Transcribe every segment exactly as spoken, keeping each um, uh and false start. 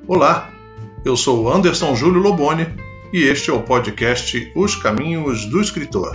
Olá, eu sou Anderson Júlio Loboni e este é o podcast Os Caminhos do Escritor.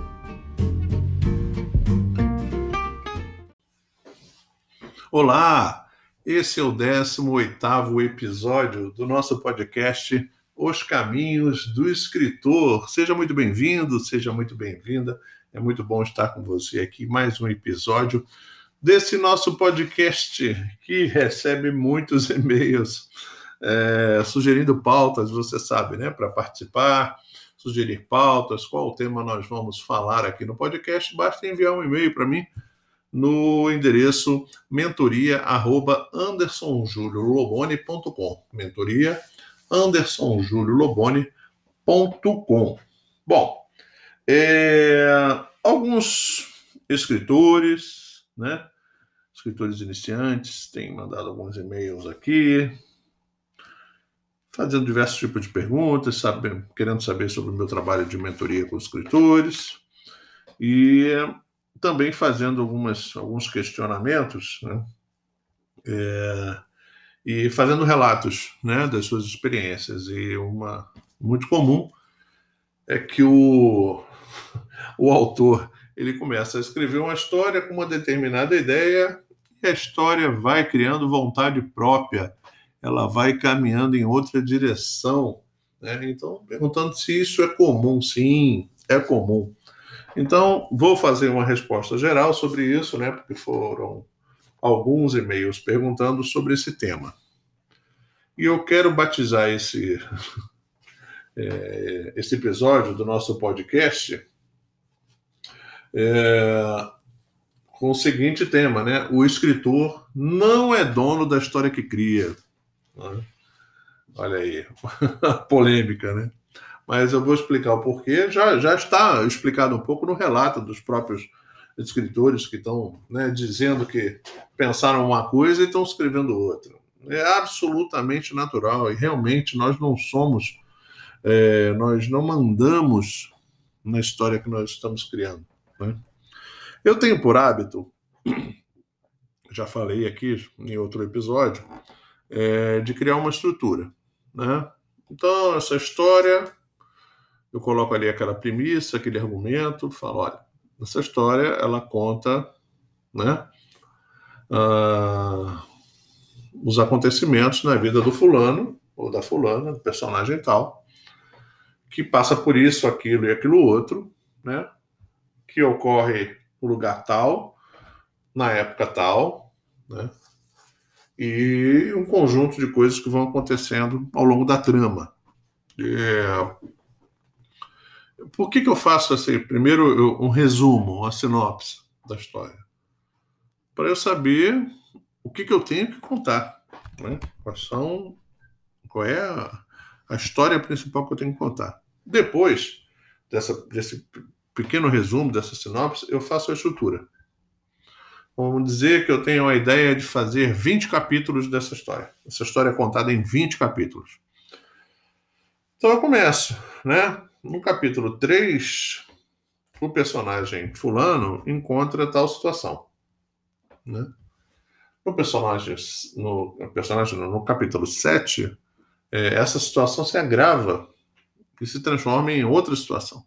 Olá, esse é o décimo oitavo episódio do nosso podcast Os Caminhos do Escritor. Seja muito bem-vindo, seja muito bem-vinda. É muito bom estar com você aqui, mais um episódio desse nosso podcast que recebe muitos e-mails é, sugerindo pautas, você sabe, né? Para participar, sugerir pautas, qual o tema nós vamos falar aqui no podcast, basta enviar um e-mail para mim no endereço mentoria arroba anderson julio loboni ponto com. mentoria anderson julio loboni ponto com. Bom, é, alguns escritores, né? Escritores iniciantes têm mandado alguns e-mails aqui, fazendo diversos tipos de perguntas, sabe, querendo saber sobre o meu trabalho de mentoria com escritores e também fazendo algumas, alguns questionamentos, né? É, e fazendo relatos, né, das suas experiências. E uma muito comum é que o, o autor ele começa a escrever uma história com uma determinada ideia e a história vai criando vontade própria, ela vai caminhando em outra direção, né? Então, perguntando se isso é comum. Sim, é comum. Então, vou fazer uma resposta geral sobre isso, né? Porque foram alguns e-mails perguntando sobre esse tema. E eu quero batizar esse, é, esse episódio do nosso podcast é, com o seguinte tema, né? O escritor não é dono da história que cria. Olha aí, polêmica, né? Mas eu vou explicar o porquê. Já, já está explicado um pouco no relato dos próprios escritores que estão, né, dizendo que pensaram uma coisa e estão escrevendo outra. É absolutamente natural e realmente nós não somos, é, nós não mandamos na história que nós estamos criando, né? Eu tenho por hábito, já falei aqui em outro episódio, é, de criar uma estrutura, né? Então, essa história, eu coloco ali aquela premissa, aquele argumento, falo, olha, essa história, ela conta, né, ah, os acontecimentos na vida do fulano, ou da fulana, do personagem tal, que passa por isso, aquilo e aquilo outro, né, que ocorre no lugar tal, na época tal, né, e um conjunto de coisas que vão acontecendo ao longo da trama. É... Por que que eu faço assim? Primeiro, eu, um resumo, uma sinopse da história. Para eu saber o que que eu tenho que contar, né? Quais são, qual é a, a história principal que eu tenho que contar. Depois dessa, desse pequeno resumo, dessa sinopse, eu faço a estrutura. Vamos dizer que eu tenho a ideia de fazer vinte capítulos dessa história. Essa história é contada em vinte capítulos. Então eu começo, né? No capítulo três, o personagem fulano encontra tal situação, né? No personagem, no, personagem, no capítulo sete, é, essa situação se agrava e se transforma em outra situação.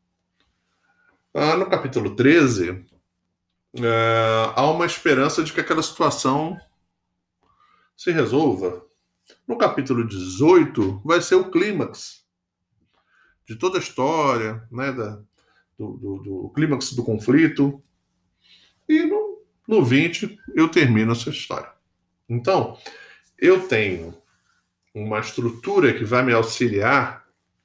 Ah, no capítulo treze, é, há uma esperança de que aquela situação se resolva. No capítulo dezoito, vai ser o clímax de toda a história, né, da, do, do, do clímax do conflito. E no, no vinte, eu termino essa história. Então, eu tenho uma estrutura que vai me auxiliar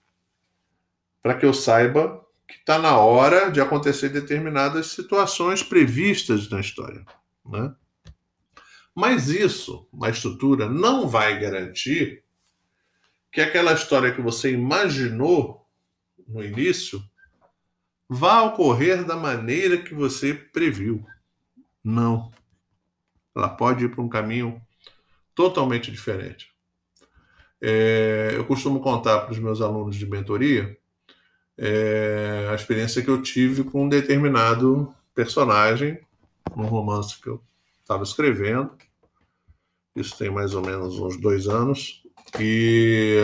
para que eu saiba que está na hora de acontecer determinadas situações previstas na história, né? Mas isso, a estrutura, não vai garantir que aquela história que você imaginou no início vá ocorrer da maneira que você previu. Não. Ela pode ir para um caminho totalmente diferente. É, eu costumo contar para os meus alunos de mentoria é, a experiência que eu tive com um determinado personagem num romance que eu estava escrevendo. Isso tem mais ou menos uns dois anos. E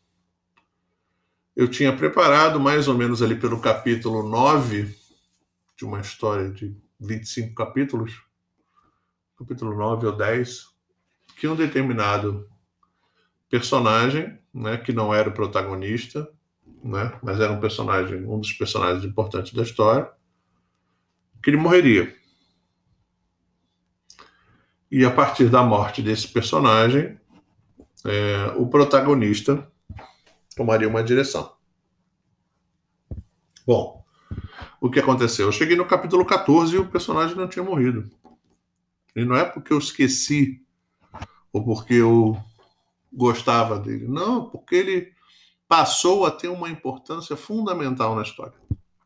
eu tinha preparado mais ou menos ali pelo capítulo nove de uma história de vinte e cinco capítulos, capítulo nove ou dez, que um determinado personagem, né, que não era o protagonista, né, mas era um personagem, um dos personagens importantes da história, que ele morreria. E a partir da morte desse personagem, é, o protagonista tomaria uma direção. Bom, o que aconteceu? Eu cheguei no capítulo quatorze e o personagem não tinha morrido. E não é porque eu esqueci ou porque eu gostava dele. Não, porque ele passou a ter uma importância fundamental na história.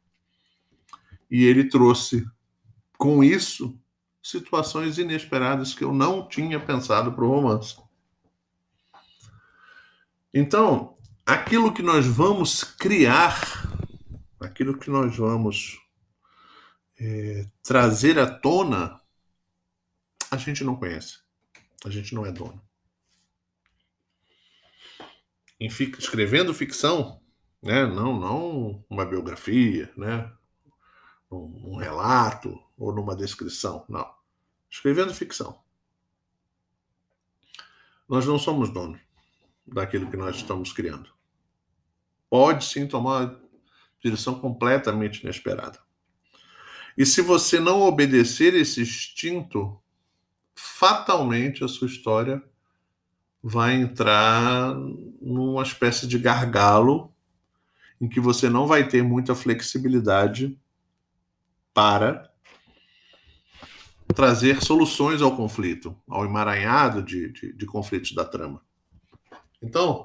E ele trouxe, com isso, situações inesperadas que eu não tinha pensado para o romance. Então, aquilo que nós vamos criar, aquilo que nós vamos é, trazer à tona, a gente não conhece. A gente não é dono. Em fic... Escrevendo ficção, né? não, não uma biografia, né? um, um relato ou numa descrição, não. Escrevendo ficção. Nós não somos donos daquilo que nós estamos criando. Pode sim tomar uma direção completamente inesperada. E se você não obedecer esse instinto, fatalmente a sua história vai entrar numa espécie de gargalo em que você não vai ter muita flexibilidade para trazer soluções ao conflito, ao emaranhado de, de, de conflitos da trama. Então,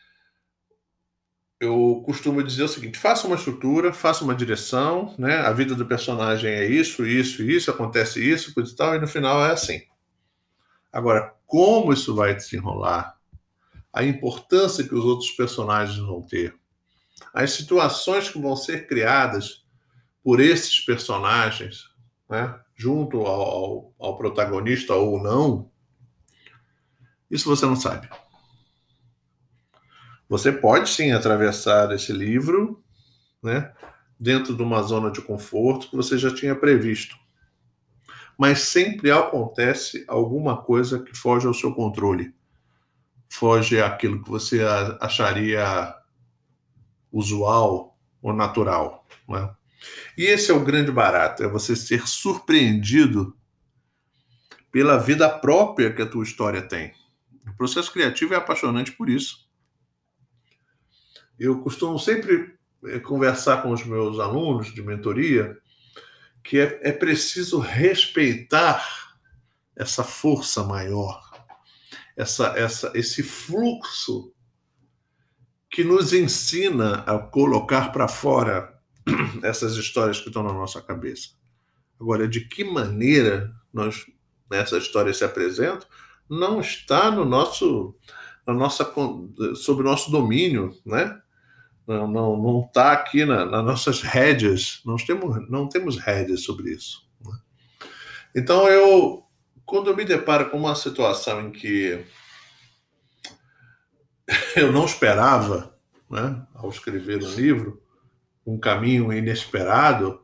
eu costumo dizer o seguinte: faça uma estrutura, faça uma direção, né? A vida do personagem é isso, isso, isso, acontece isso, coisa e tal, e no final é assim. Agora, como isso vai desenrolar, a importância que os outros personagens vão ter, as situações que vão ser criadas por esses personagens, né? Junto ao, ao, ao protagonista ou não, isso você não sabe. Você pode sim atravessar esse livro, né, dentro de uma zona de conforto que você já tinha previsto. Mas sempre acontece alguma coisa que foge ao seu controle. Foge àquilo que você acharia usual ou natural. Né? E esse é o grande barato, é você ser surpreendido pela vida própria que a tua história tem. O processo criativo é apaixonante por isso. Eu costumo sempre conversar com os meus alunos de mentoria que é, é preciso respeitar essa força maior, essa, essa, esse fluxo que nos ensina a colocar para fora essas histórias que estão na nossa cabeça. Agora, de que maneira nós, essa história se apresenta, não está no nosso, na nossa, sob o nosso domínio, né? Não está não, não tá aqui na, nas nossas rédeas, nós temos, não temos rédeas sobre isso. Né? Então, eu, quando eu me deparo com uma situação em que eu não esperava, né, ao escrever um livro, um caminho inesperado,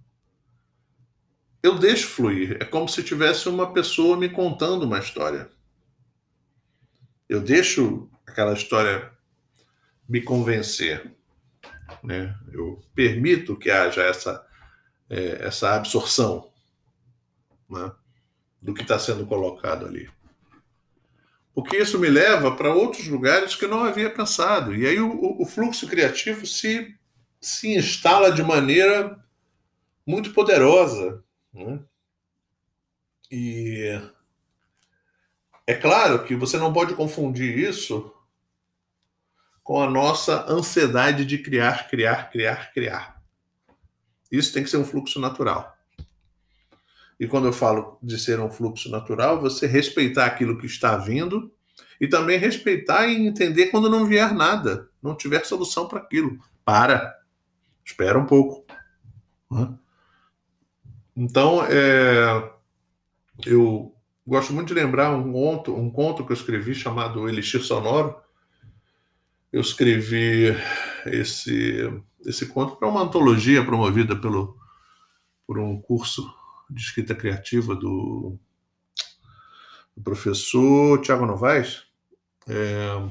eu deixo fluir. É como se tivesse uma pessoa me contando uma história. Eu deixo aquela história me convencer. Né? Eu permito que haja essa, é, essa absorção, né, do que está sendo colocado ali. Porque isso me leva para outros lugares que eu não havia pensado. E aí o, o fluxo criativo se, se instala de maneira muito poderosa. Né? E é claro que você não pode confundir isso com a nossa ansiedade de criar, criar, criar, criar. Isso tem que ser um fluxo natural. E quando eu falo de ser um fluxo natural, você respeitar aquilo que está vindo e também respeitar e entender quando não vier nada, não tiver solução para aquilo. Para, espera um pouco. Então, é, eu gosto muito de lembrar um conto, um conto que eu escrevi chamado Elixir Sonoro, eu escrevi esse, esse conto para uma antologia promovida pelo, por um curso de escrita criativa do, do professor Tiago Novaes. É,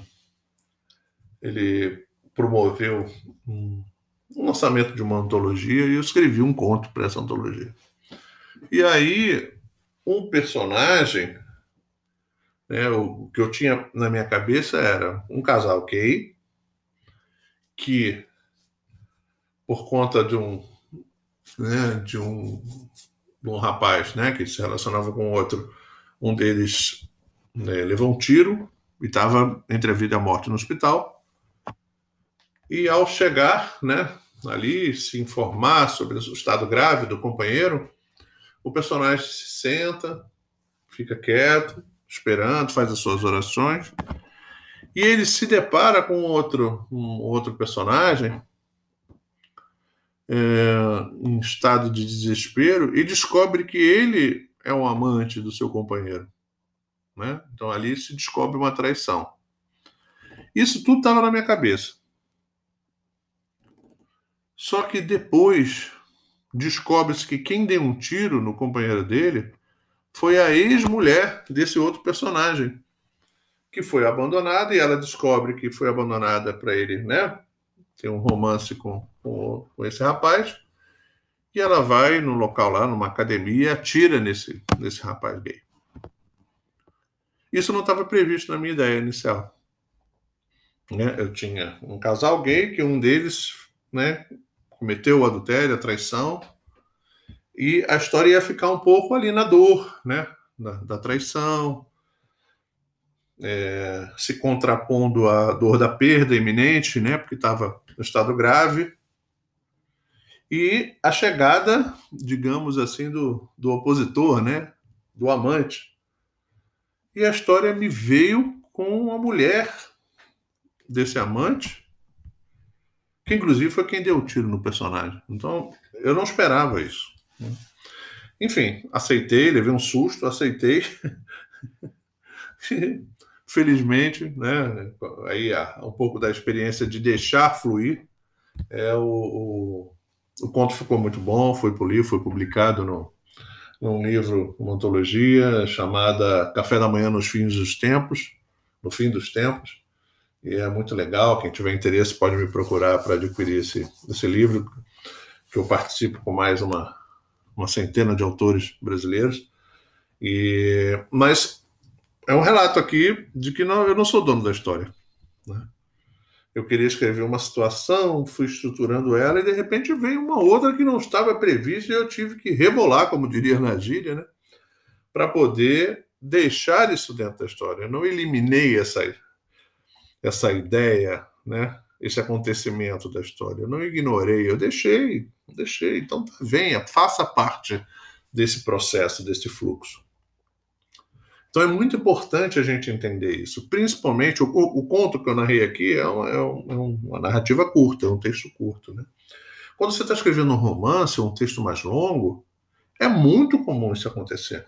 ele promoveu um, um lançamento de uma antologia e eu escrevi um conto para essa antologia. E aí, um personagem, né, o que eu tinha na minha cabeça era um casal gay que, por conta de um, né, de um, de um rapaz, né, que se relacionava com outro, um deles, né, levou um tiro e estava entre a vida e a morte no hospital. E ao chegar, né, ali, se informar sobre o estado grave do companheiro, o personagem se senta, fica quieto, esperando, faz as suas orações, e ele se depara com outro, um outro personagem é, em estado de desespero e descobre que ele é um amante do seu companheiro. Né? Então ali se descobre uma traição. Isso tudo estava na minha cabeça. Só que depois descobre-se que quem deu um tiro no companheiro dele foi a ex-mulher desse outro personagem, que foi abandonada, e ela descobre que foi abandonada para ele, né? Tem um romance com, com, com esse rapaz, e ela vai no local lá, numa academia, e atira nesse, nesse rapaz gay. Isso não estava previsto na minha ideia inicial. Né? Eu tinha um casal gay, que um deles, né, cometeu o adultério, a traição, e a história ia ficar um pouco ali na dor, né, da, da traição, é, se contrapondo à dor da perda iminente, né, porque estava no estado grave, e a chegada, digamos assim, do, do opositor, né, do amante. E a história me veio com a mulher desse amante, que inclusive foi quem deu o tiro no personagem. Então, eu não esperava isso. Enfim, aceitei, levei um susto, aceitei. Felizmente, né, aí um pouco da experiência de deixar fluir, é, o, o, o conto ficou muito bom, foi pro livro, foi publicado no, num livro, uma antologia chamada Café da Manhã nos Fins dos Tempos, no Fim dos Tempos, e é muito legal. Quem tiver interesse pode me procurar para adquirir esse, esse livro, que eu participo com mais uma, uma centena de autores brasileiros. E, mas é um relato aqui de que não, eu não sou dono da história. Né? Eu queria escrever uma situação, fui estruturando ela, e de repente veio uma outra que não estava prevista, e eu tive que rebolar, como diria na gíria, né? Para poder deixar isso dentro da história. Eu não eliminei essa, essa ideia, né? Esse acontecimento da história. Eu não ignorei, eu deixei, deixei. Então venha, faça parte desse processo, desse fluxo. Então é muito importante a gente entender isso. Principalmente, o, o conto que eu narrei aqui é uma, é uma narrativa curta, é um texto curto. Né? Quando você está escrevendo um romance, um texto mais longo, é muito comum isso acontecer.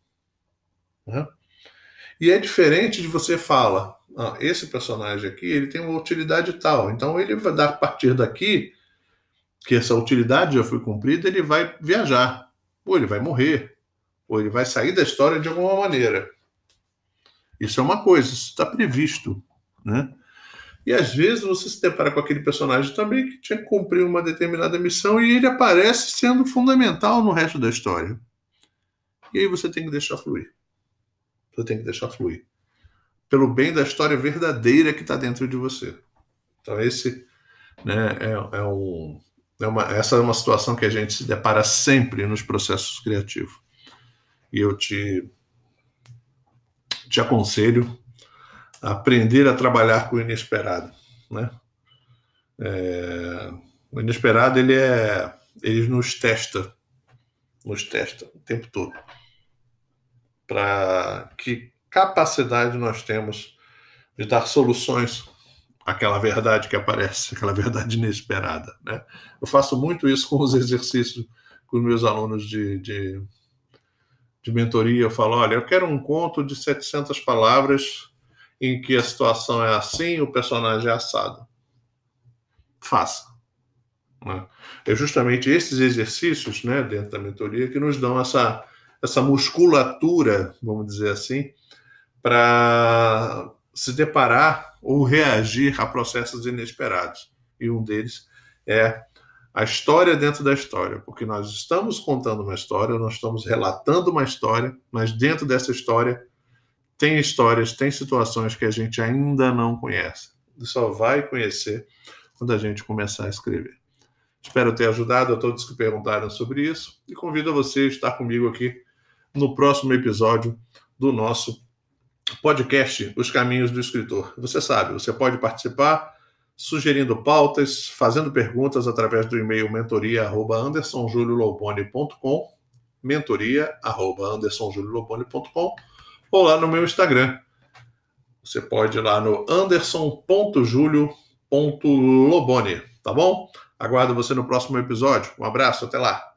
Né? E é diferente de você falar, ah, esse personagem aqui ele tem uma utilidade tal, então ele vai dar, a partir daqui, que essa utilidade já foi cumprida, ele vai viajar, ou ele vai morrer, ou ele vai sair da história de alguma maneira. Isso é uma coisa, isso está previsto. Né? E às vezes você se depara com aquele personagem também que tinha que cumprir uma determinada missão e ele aparece sendo fundamental no resto da história. E aí você tem que deixar fluir. Você tem que deixar fluir. Pelo bem da história verdadeira que está dentro de você. Então esse, né, é, é, um, é uma, essa é uma situação que a gente se depara sempre nos processos criativos. E eu te, te aconselho a aprender a trabalhar com o inesperado. Né? É, o inesperado ele, é, ele nos testa, nos testa o tempo todo. Para que capacidade nós temos de dar soluções àquela verdade que aparece, aquela verdade inesperada. Né? Eu faço muito isso com os exercícios com os meus alunos de, de, de mentoria. Eu falo, olha, eu quero um conto de setecentas palavras em que a situação é assim, o personagem é assado. Faça. Né? É justamente esses exercícios, né, dentro da mentoria que nos dão essa, essa musculatura, vamos dizer assim, para se deparar ou reagir a processos inesperados. E um deles é a história dentro da história, porque nós estamos contando uma história, nós estamos relatando uma história, mas dentro dessa história tem histórias, tem situações que a gente ainda não conhece. E só vai conhecer quando a gente começar a escrever. Espero ter ajudado a todos que perguntaram sobre isso e convido a você a estar comigo aqui no próximo episódio do nosso podcast Os Caminhos do Escritor. Você sabe, você pode participar sugerindo pautas, fazendo perguntas através do e-mail mentoria arroba anderson julio loboni ponto com, mentoria arroba anderson julio loboni ponto com, ou lá no meu Instagram. Você pode ir lá no anderson ponto julio ponto loboni, tá bom? Aguardo você no próximo episódio. Um abraço, até lá!